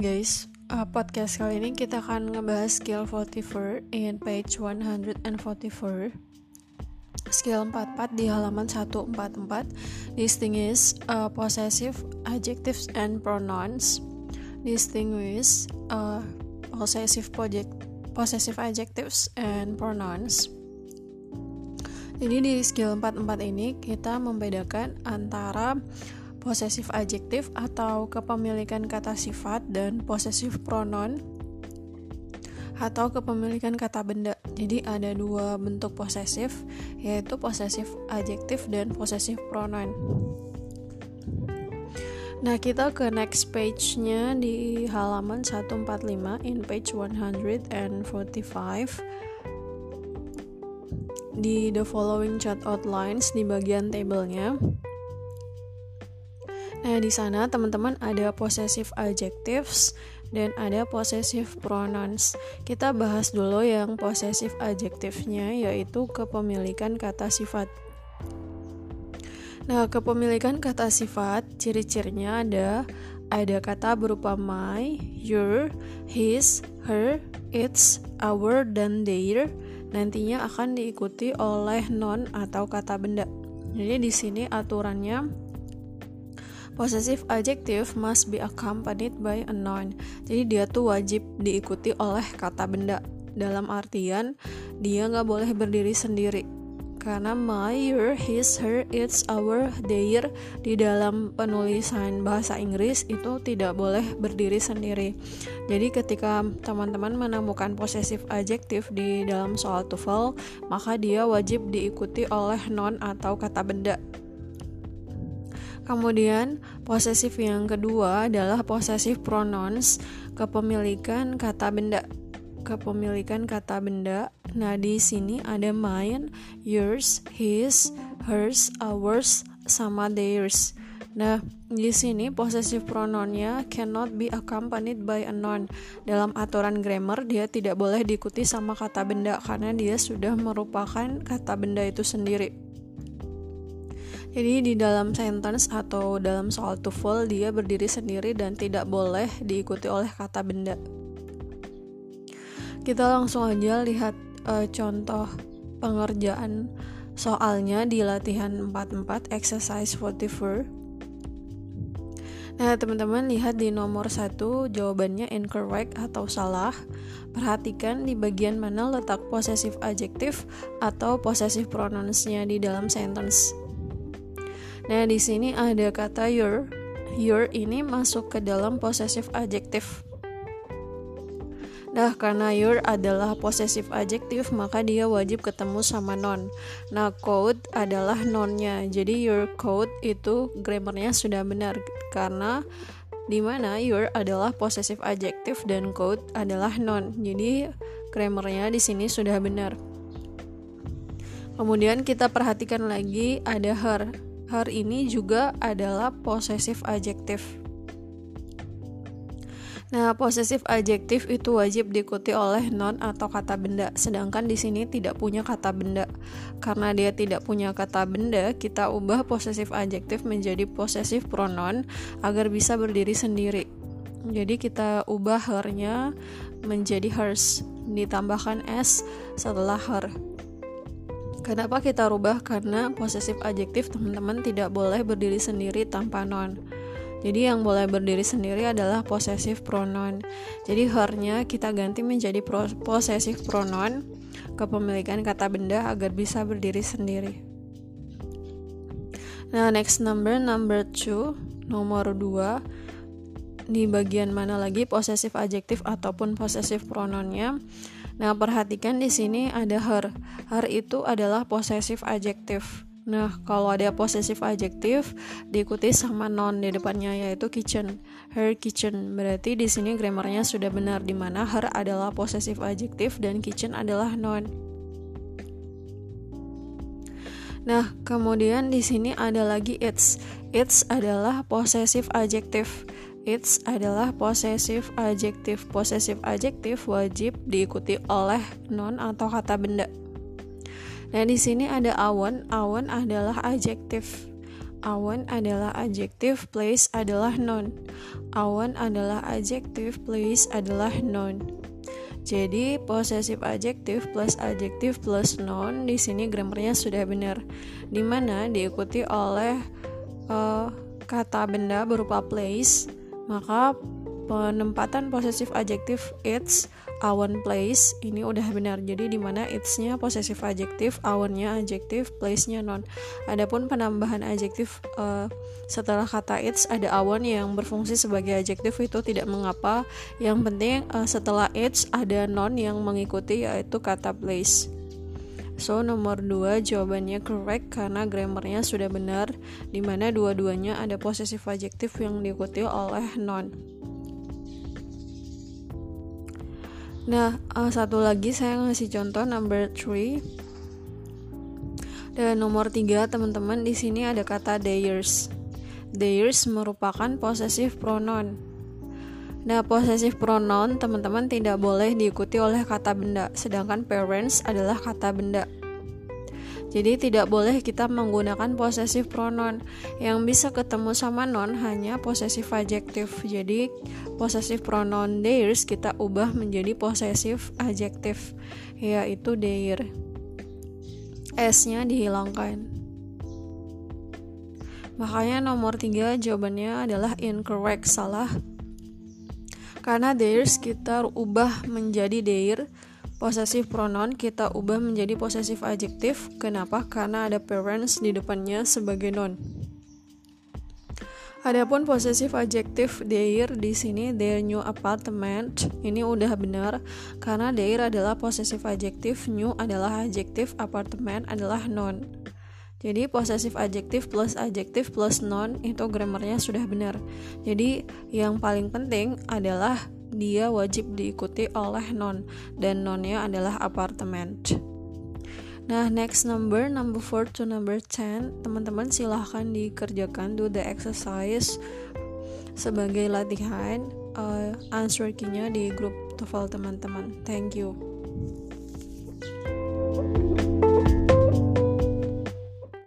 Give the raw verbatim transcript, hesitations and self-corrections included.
guys, uh, podcast kali ini kita akan ngebahas skill forty-four in page one forty-four. Skill forty-four di halaman one forty-four. Distinguish uh, possessive adjectives and pronouns. Distinguish uh, possessive project, possessive adjectives and pronouns. Jadi di skill forty-four ini kita membedakan antara possessive adjective atau kepemilikan kata sifat dan possessive pronoun atau kepemilikan kata benda. Jadi ada dua bentuk possessive, yaitu possessive adjective dan possessive pronoun. Nah, kita ke next page-nya di halaman one forty-five in page one forty-five. Di the following chart outlines di bagian tabelnya. Nah, di sana teman-teman ada possessive adjectives dan ada possessive pronouns. Kita bahas dulu yang possessive adjective-nya, yaitu kepemilikan kata sifat. Nah, kepemilikan kata sifat, ciri-cirinya ada ada kata berupa my, your, his, her, its, our, dan their. Nantinya akan diikuti oleh noun atau kata benda. Jadi di sini aturannya possessive adjective must be accompanied by a noun. Jadi dia tuh wajib diikuti oleh kata benda. Dalam artian dia nggak boleh berdiri sendiri. Karena my, your, his, her, its, our, their di dalam penulisan bahasa Inggris itu tidak boleh berdiri sendiri. Jadi ketika teman-teman menemukan possessive adjective di dalam soal TOEFL, maka dia wajib diikuti oleh noun atau kata benda. Kemudian, possessive yang kedua adalah possessive pronouns, kepemilikan kata benda. Kepemilikan kata benda. Nah, di sini ada mine, yours, his, hers, ours, sama theirs. Nah, di sini possessive pronounnya cannot be accompanied by a noun. Dalam aturan grammar, dia tidak boleh diikuti sama kata benda karena dia sudah merupakan kata benda itu sendiri. Jadi di dalam sentence atau dalam soal TOEFL dia berdiri sendiri dan tidak boleh diikuti oleh kata benda. Kita langsung aja lihat uh, contoh pengerjaan soalnya di latihan forty-four exercise forty-four. Nah, teman-teman lihat di nomor satu jawabannya incorrect atau salah. Perhatikan di bagian mana letak possessive adjective atau possessive pronouns-nya di dalam sentence. Nah, di sini ada kata your. Your ini masuk ke dalam possessive adjective. Nah, karena your adalah possessive adjective, maka dia wajib ketemu sama noun. Nah, coat adalah noun-nya. Jadi your coat itu grammarnya sudah benar karena di mana your adalah possessive adjective dan coat adalah noun. Jadi grammarnya di sini sudah benar. Kemudian kita perhatikan lagi ada her. Her ini juga adalah possessive adjective. Nah, possessive adjective itu wajib diikuti oleh noun atau kata benda, sedangkan di sini tidak punya kata benda. Karena dia tidak punya kata benda, kita ubah possessive adjective menjadi possessive pronoun agar bisa berdiri sendiri. Jadi kita ubah her-nya menjadi hers, ditambahkan s setelah her. Kenapa kita rubah? Karena possessive adjective teman-teman tidak boleh berdiri sendiri tanpa noun. Jadi yang boleh berdiri sendiri adalah possessive pronoun. Jadi her-nya kita ganti menjadi possessive pronoun, kepemilikan kata benda agar bisa berdiri sendiri. Nah, next number number two, nomor dua. Di bagian mana lagi possessive adjective ataupun possessive pronounnya? Nah, perhatikan di sini ada her. Her itu adalah possessive adjective. Nah, kalau ada possessive adjective diikuti sama noun di depannya yaitu kitchen. Her kitchen. Berarti di sini grammarnya sudah benar di mana her adalah possessive adjective dan kitchen adalah noun. Nah, kemudian di sini ada lagi its. Its adalah possessive adjective. Its adalah possessive adjective. Possessive adjective wajib diikuti oleh noun atau kata benda. Nah, di sini ada awan. Awan adalah adjective. Awan adalah adjective, place adalah noun. Awan adalah adjective, place adalah noun. Jadi possessive adjective plus adjective plus noun di sini grammarnya sudah benar, di mana diikuti oleh uh, kata benda berupa place, maka penempatan possessive adjective its, awan, place ini udah benar. Jadi di mana its-nya possessive adjective, awannya adjective, place-nya noun. Adapun penambahan adjektif uh, setelah kata its ada awan yang berfungsi sebagai adjektif itu tidak mengapa. Yang penting uh, setelah its ada noun yang mengikuti yaitu kata place. So nomor dua jawabannya correct karena grammarnya sudah benar, di mana dua-duanya ada possessive adjective yang diikuti oleh noun. Nah, uh, satu lagi saya ngasih contoh number three. Dan nomor tiga, teman-teman, di sini ada kata theirs. Theirs merupakan possessive pronoun. Nah, possessive pronoun, teman-teman, tidak boleh diikuti oleh kata benda, sedangkan parents adalah kata benda. Jadi tidak boleh kita menggunakan possessive pronoun. Yang bisa ketemu sama noun hanya possessive adjective. Jadi possessive pronoun theirs kita ubah menjadi possessive adjective, yaitu their. S-nya dihilangkan. Makanya nomor tiga jawabannya adalah incorrect, salah. Karena theirs kita ubah menjadi their, possessive pronoun kita ubah menjadi possessive adjective. Kenapa? Karena ada parents di depannya sebagai noun. Adapun possessive adjective their di sini their new apartment ini udah benar karena their adalah possessive adjective, new adalah adjective, apartment adalah noun. Jadi possessive adjective plus adjective plus noun itu grammarnya sudah benar. Jadi yang paling penting adalah dia wajib diikuti oleh noun, dan nounnya adalah apartemen. Nah, next number, number four to number ten, teman-teman silahkan dikerjakan, do the exercise sebagai latihan. uh, answer key-nya di grup TOEFL teman-teman. Thank you.